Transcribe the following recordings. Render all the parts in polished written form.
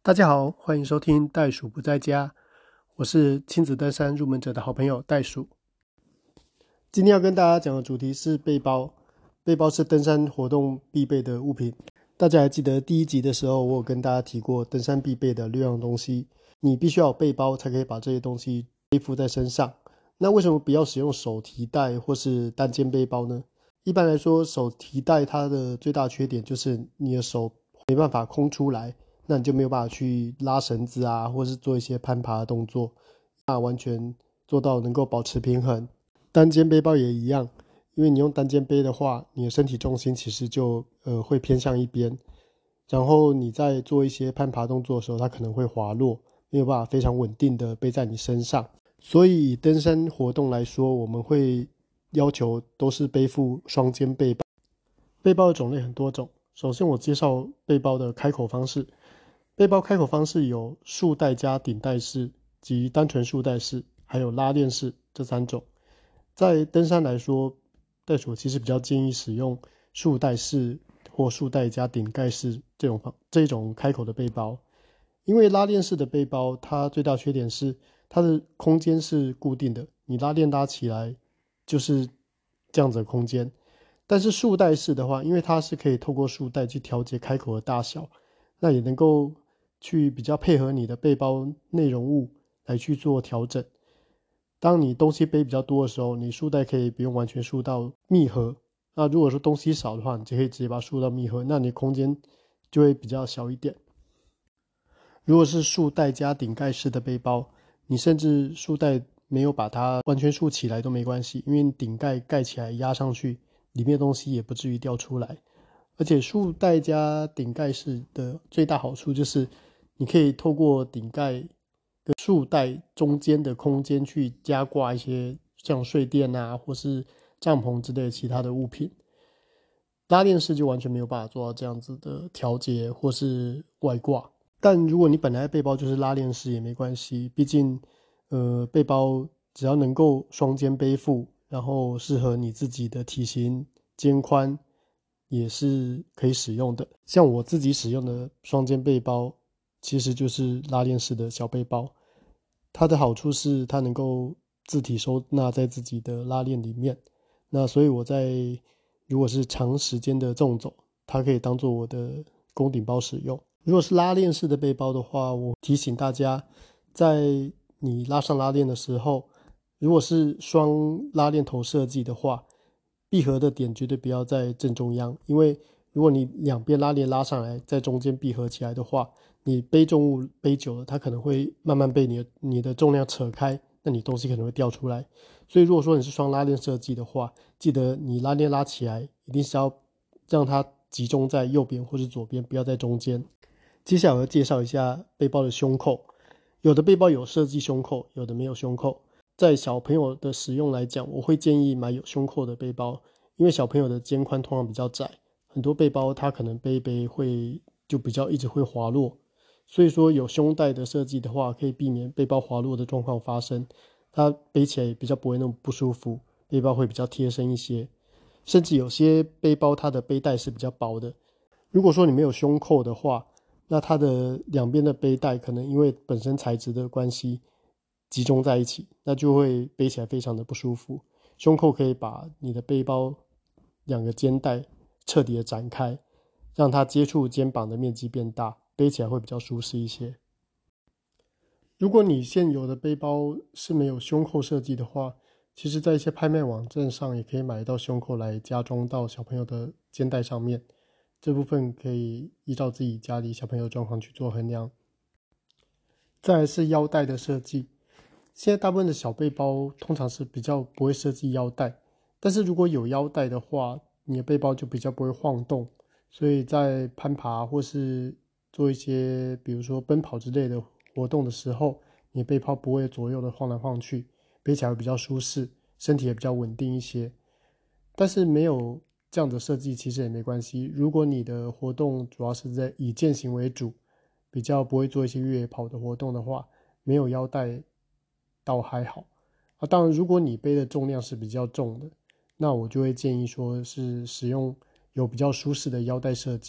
大家好，欢迎收听袋鼠不在家，我是亲子登山入门者的好朋友袋鼠。今天要跟大家讲的主题是背包。背包是登山活动必备的物品。大家还记得第一集的时候，我有跟大家提过登山必备的6样东西，你必须要有背包才可以把这些东西背负在身上。那为什么不要使用手提袋或是单肩背包呢？一般来说，手提袋它的最大缺点就是你的手没办法空出来，那你就没有办法去拉绳子啊，或是做一些攀爬的动作，那完全做到能够保持平衡。单肩背包也一样，因为你用单肩背的话，你的身体重心其实就会偏向一边，然后你在做一些攀爬动作的时候，它可能会滑落，没有办法非常稳定的背在你身上。所以以登山活动来说，我们会要求都是背负双肩背包。背包的种类很多种，首先我介绍背包的开口方式。背包开口方式有束带加顶带式及单纯束带式，还有拉链式这3种。在登山来说，袋鼠其实比较建议使用束带式或束带加顶盖式这种开口的背包。因为拉链式的背包，它最大缺点是它的空间是固定的，你拉链拉起来就是这样子的空间。但是束带式的话，因为它是可以透过束带去调节开口的大小，那也能够去比较配合你的背包内容物来去做调整。当你东西背比较多的时候，你束带可以不用完全束到密合，那如果说东西少的话，你就可以直接把它束到密合，那你空间就会比较小一点。如果是束带加顶盖式的背包，你甚至束带没有把它完全束起来都没关系，因为顶盖盖起来压上去，里面的东西也不至于掉出来。而且束带加顶盖式的最大好处就是你可以透过顶盖跟束带中间的空间去加挂一些像睡垫啊或是帐篷之类的其他的物品。拉链式就完全没有办法做到这样子的调节或是外挂。但如果你本来背包就是拉链式也没关系，毕竟背包只要能够双肩背负，然后适合你自己的体型肩宽，也是可以使用的。像我自己使用的双肩背包其实就是拉链式的小背包，它的好处是它能够自体收纳在自己的拉链里面，那所以我如果是长时间的纵走，它可以当做我的弓顶包使用。如果是拉链式的背包的话，我提醒大家，在你拉上拉链的时候，如果是双拉链头设计的话，闭合的点绝对不要在正中央，因为如果你两边拉链拉上来，在中间闭合起来的话，你背重物背久了，它可能会慢慢被你的重量扯开，那你东西可能会掉出来。所以如果说你是双拉链设计的话，记得你拉链拉起来，一定是要让它集中在右边或是左边，不要在中间。接下来我要介绍一下背包的胸扣，有的背包有设计胸扣，有的没有胸扣。在小朋友的使用来讲，我会建议买有胸扣的背包，因为小朋友的肩宽通常比较窄，很多背包它可能背一背就比较一直会滑落，所以说有胸带的设计的话，可以避免背包滑落的状况发生，它背起来也比较不会那么不舒服，背包会比较贴身一些。甚至有些背包它的背带是比较薄的，如果说你没有胸扣的话，那它的两边的背带可能因为本身材质的关系集中在一起，那就会背起来非常的不舒服。胸扣可以把你的背包两个肩带彻底的展开，让它接触肩膀的面积变大，背起来会比较舒适一些。如果你现有的背包是没有胸扣设计的话，其实在一些拍卖网站上也可以买到胸扣来加装到小朋友的肩带上面，这部分可以依照自己家里小朋友的状况去做衡量。再来是腰带的设计，现在大部分的小背包通常是比较不会设计腰带，但是如果有腰带的话，你的背包就比较不会晃动，所以在攀爬或是做一些比如说奔跑之类的活动的时候，你的背包不会左右的晃来晃去，背起来会比较舒适，身体也比较稳定一些。但是没有这样的设计其实也没关系，如果你的活动主要是以健行为主，比较不会做一些越野跑的活动的话，没有腰带倒还好。当然如果你背的重量是比较重的，那我就会建议说是使用有比较舒适的腰带设计，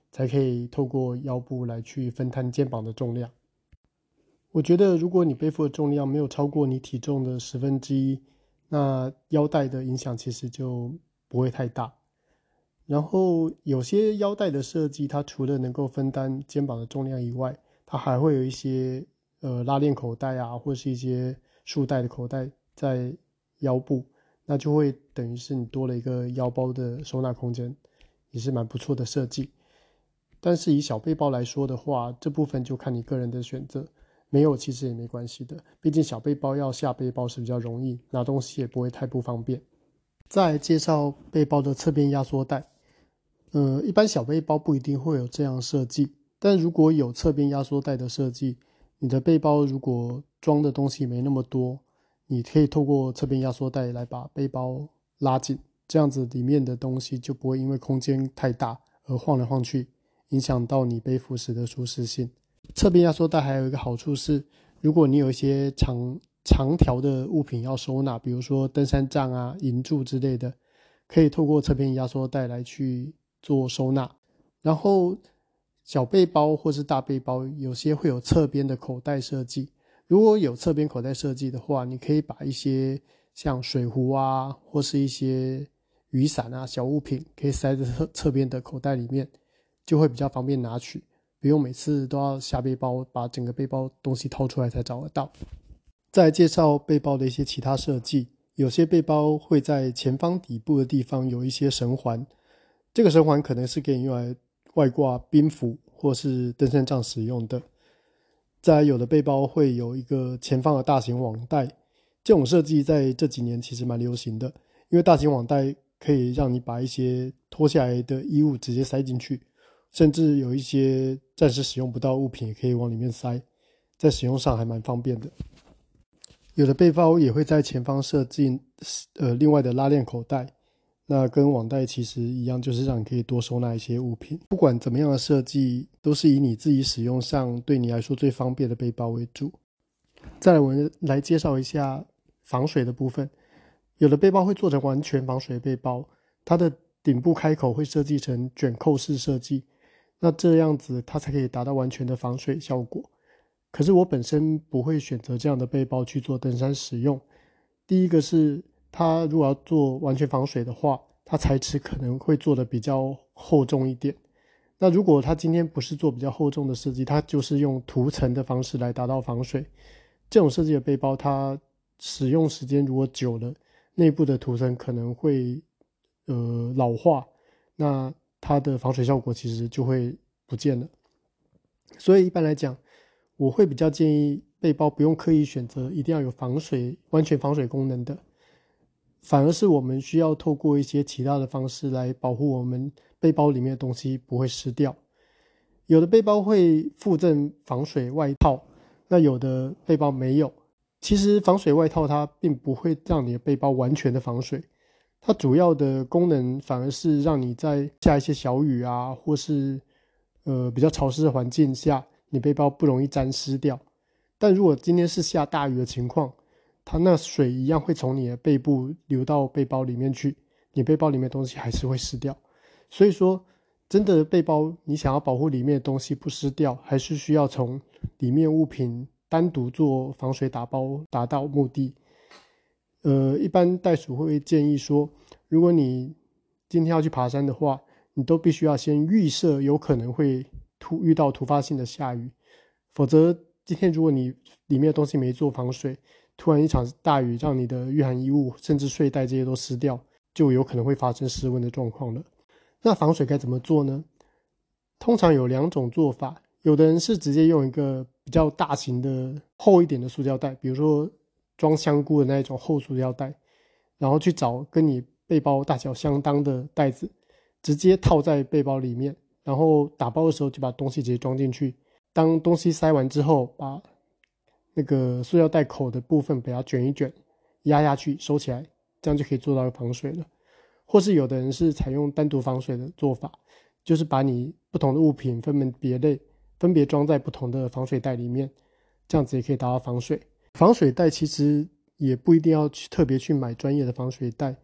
才可以透过腰部来去分摊肩膀的重量。我觉得如果你背负的重量没有超过你体重的1/10，那腰带的影响其实就不会太大。然后有些腰带的设计，它除了能够分担肩膀的重量以外，它还会有一些拉链口袋啊，或是一些束带的口袋在腰部，那就会等于是你多了一个腰包的收纳空间，也是蛮不错的设计。但是以小背包来说的话，这部分就看你个人的选择，没有其实也没关系的，毕竟小背包要下背包是比较容易，拿东西也不会太不方便。再来介绍背包的侧边压缩带。一般小背包不一定会有这样设计，但如果有侧边压缩带的设计，你的背包如果装的东西没那么多，你可以透过侧边压缩带来把背包拉紧，这样子里面的东西就不会因为空间太大而晃来晃去，影响到你背负时的舒适性。侧边压缩带还有一个好处是，如果你有一些长条的物品要收纳，比如说登山杖啊、银柱之类的，可以透过侧边压缩带来去做收纳。然后小背包或是大背包有些会有侧边的口袋设计，如果有侧边口袋设计的话，你可以把一些像水壶啊或是一些雨伞啊小物品可以塞在侧边的口袋里面，就会比较方便拿取，不用每次都要下背包把整个背包东西掏出来才找得到。再来介绍背包的一些其他设计，有些背包会在前方底部的地方有一些绳环，这个绳环可能是给你用来外挂冰斧或是登山杖使用的。再来有的背包会有一个前方的大型网袋，这种设计在这几年其实蛮流行的，因为大型网袋可以让你把一些脱下来的衣物直接塞进去，甚至有一些暂时使用不到物品也可以往里面塞，在使用上还蛮方便的。有的背包也会在前方设计另外的拉链口袋，那跟网袋其实一样，就是让你可以多收纳一些物品。不管怎么样的设计，都是以你自己使用上对你来说最方便的背包为主。再来我们来介绍一下防水的部分。有的背包会做成完全防水背包，它的顶部开口会设计成卷扣式设计，那这样子它才可以达到完全的防水效果。可是我本身不会选择这样的背包去做登山使用。第一个是它如果要做完全防水的话，它材质可能会做的比较厚重一点。那如果它今天不是做比较厚重的设计，它就是用涂层的方式来达到防水，这种设计的背包它使用时间如果久了，内部的涂层可能会老化，那它的防水效果其实就会不见了。所以一般来讲，我会比较建议背包不用刻意选择一定要有完全防水功能的，反而是我们需要透过一些其他的方式来保护我们背包里面的东西不会湿掉。有的背包会附赠防水外套，那有的背包没有。其实防水外套它并不会让你的背包完全的防水，它主要的功能反而是让你在下一些小雨啊，或是比较潮湿的环境下，你背包不容易沾湿掉。但如果今天是下大雨的情况，它那水一样会从你的背部流到背包里面去，你背包里面的东西还是会湿掉。所以说真的背包你想要保护里面的东西不湿掉，还是需要从里面物品单独做防水打包达到目的。一般袋鼠会建议说，如果你今天要去爬山的话，你都必须要先预设有可能会遇到突发性的下雨，否则今天如果你里面的东西没做防水，突然一场大雨让你的御寒衣物甚至睡袋这些都湿掉，就有可能会发生失温的状况了。那防水该怎么做呢？通常有2种做法，有的人是直接用一个比较大型的厚一点的塑胶袋，比如说装香菇的那一种厚塑胶袋，然后去找跟你背包大小相当的袋子，直接套在背包里面，然后打包的时候就把东西直接装进去。当东西塞完之后，把那个塑料袋口的部分把它卷一卷，压下去收起来，这样就可以做到防水了。或是有的人是采用单独防水的做法，就是把你不同的物品分门别类，分别装在不同的防水袋里面，这样子也可以达到防水。防水袋其实也不一定要特别去买专业的防水袋，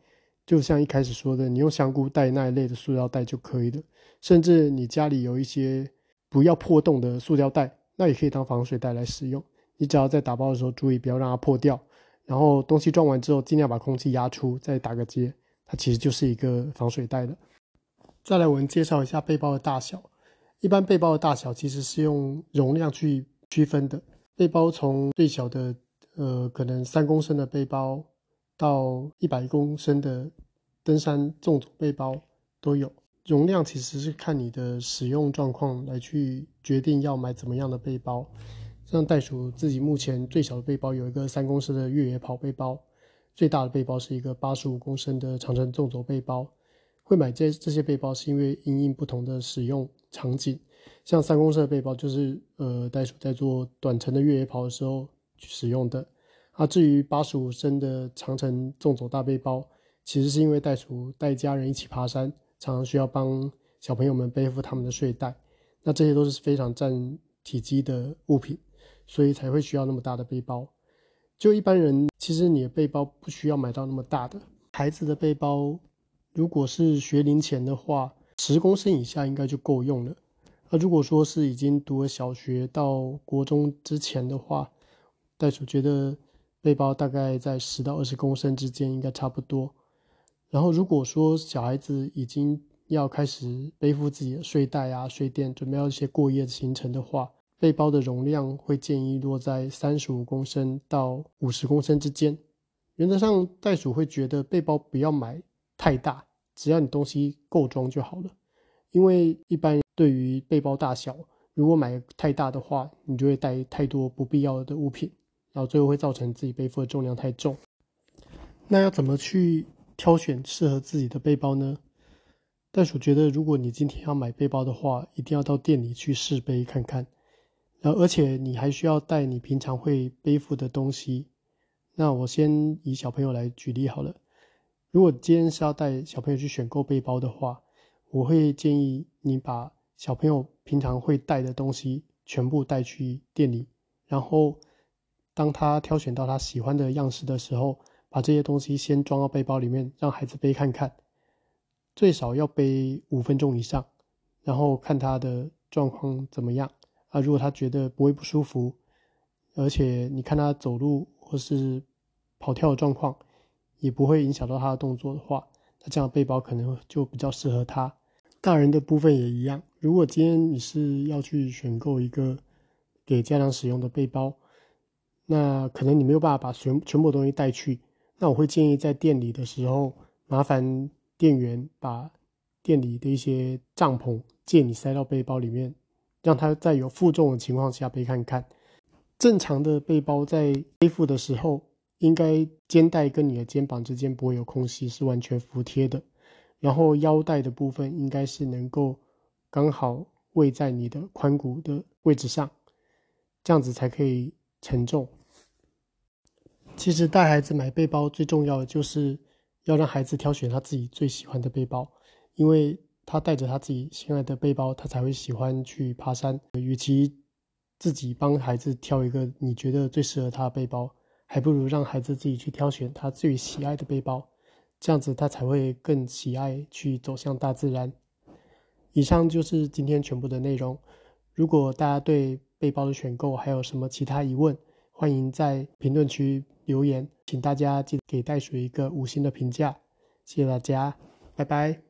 就像一开始说的，你用香菇袋那一类的塑料袋就可以了。甚至你家里有一些不要破洞的塑料袋，那也可以当防水袋来使用。你只要在打包的时候注意不要让它破掉，然后东西装完之后尽量把空气压出，再打个结，它其实就是一个防水袋了。再来我们介绍一下背包的大小。一般背包的大小其实是用容量去区分的。背包从最小的可能3公升的背包到100公升的登山纵走背包都有。容量其实是看你的使用状况来去决定要买怎么样的背包。像袋鼠自己目前最小的背包有一个3公升的越野跑背包，最大的背包是一个85公升的长程纵走背包。会买这些背包是因为因应不同的使用场景，像3公升的背包就是袋鼠在做短程的越野跑的时候使用的。至于85升的长程纵走大背包，其实是因为袋鼠带家人一起爬山，常常需要帮小朋友们背负他们的睡袋，那这些都是非常占体积的物品，所以才会需要那么大的背包。就一般人，其实你的背包不需要买到那么大的。孩子的背包如果是学龄前的话，10公升以下应该就够用了。如果说是已经读了小学到国中之前的话，袋鼠觉得背包大概在10到20公升之间应该差不多。然后如果说小孩子已经要开始背负自己的睡袋啊、睡垫，准备要一些过夜的行程的话，背包的容量会建议落在35公升到50公升之间。原则上袋鼠会觉得背包不要买太大，只要你东西够装就好了。因为一般对于背包大小，如果买太大的话，你就会带太多不必要的物品，然后最后会造成自己背负的重量太重。那要怎么去挑选适合自己的背包呢？袋鼠觉得如果你今天要买背包的话，一定要到店里去试背看看，而且你还需要带你平常会背负的东西。那我先以小朋友来举例好了。如果今天是要带小朋友去选购背包的话，我会建议你把小朋友平常会带的东西全部带去店里，然后当他挑选到他喜欢的样式的时候，把这些东西先装到背包里面，让孩子背看看，最少要背5分钟以上，然后看他的状况怎么样。如果他觉得不会不舒服，而且你看他走路或是跑跳的状况也不会影响到他的动作的话，那这样的背包可能就比较适合他。大人的部分也一样，如果今天你是要去选购一个给家长使用的背包，那可能你没有办法把全部东西带去，那我会建议在店里的时候，麻烦店员把店里的一些帐篷借你塞到背包里面，让他在有负重的情况下背看看。正常的背包在背负的时候，应该肩带跟你的肩膀之间不会有空隙，是完全服帖的。然后腰带的部分应该是能够刚好位在你的髋骨的位置上，这样子才可以承重。其实带孩子买背包最重要的就是要让孩子挑选他自己最喜欢的背包，因为他带着他自己心爱的背包，他才会喜欢去爬山。与其自己帮孩子挑一个你觉得最适合他的背包，还不如让孩子自己去挑选他最喜爱的背包，这样子他才会更喜爱去走向大自然。以上就是今天全部的内容。如果大家对背包的选购还有什么其他疑问，欢迎在评论区留言，请大家记得给袋鼠一个5星的评价，谢谢大家，拜拜。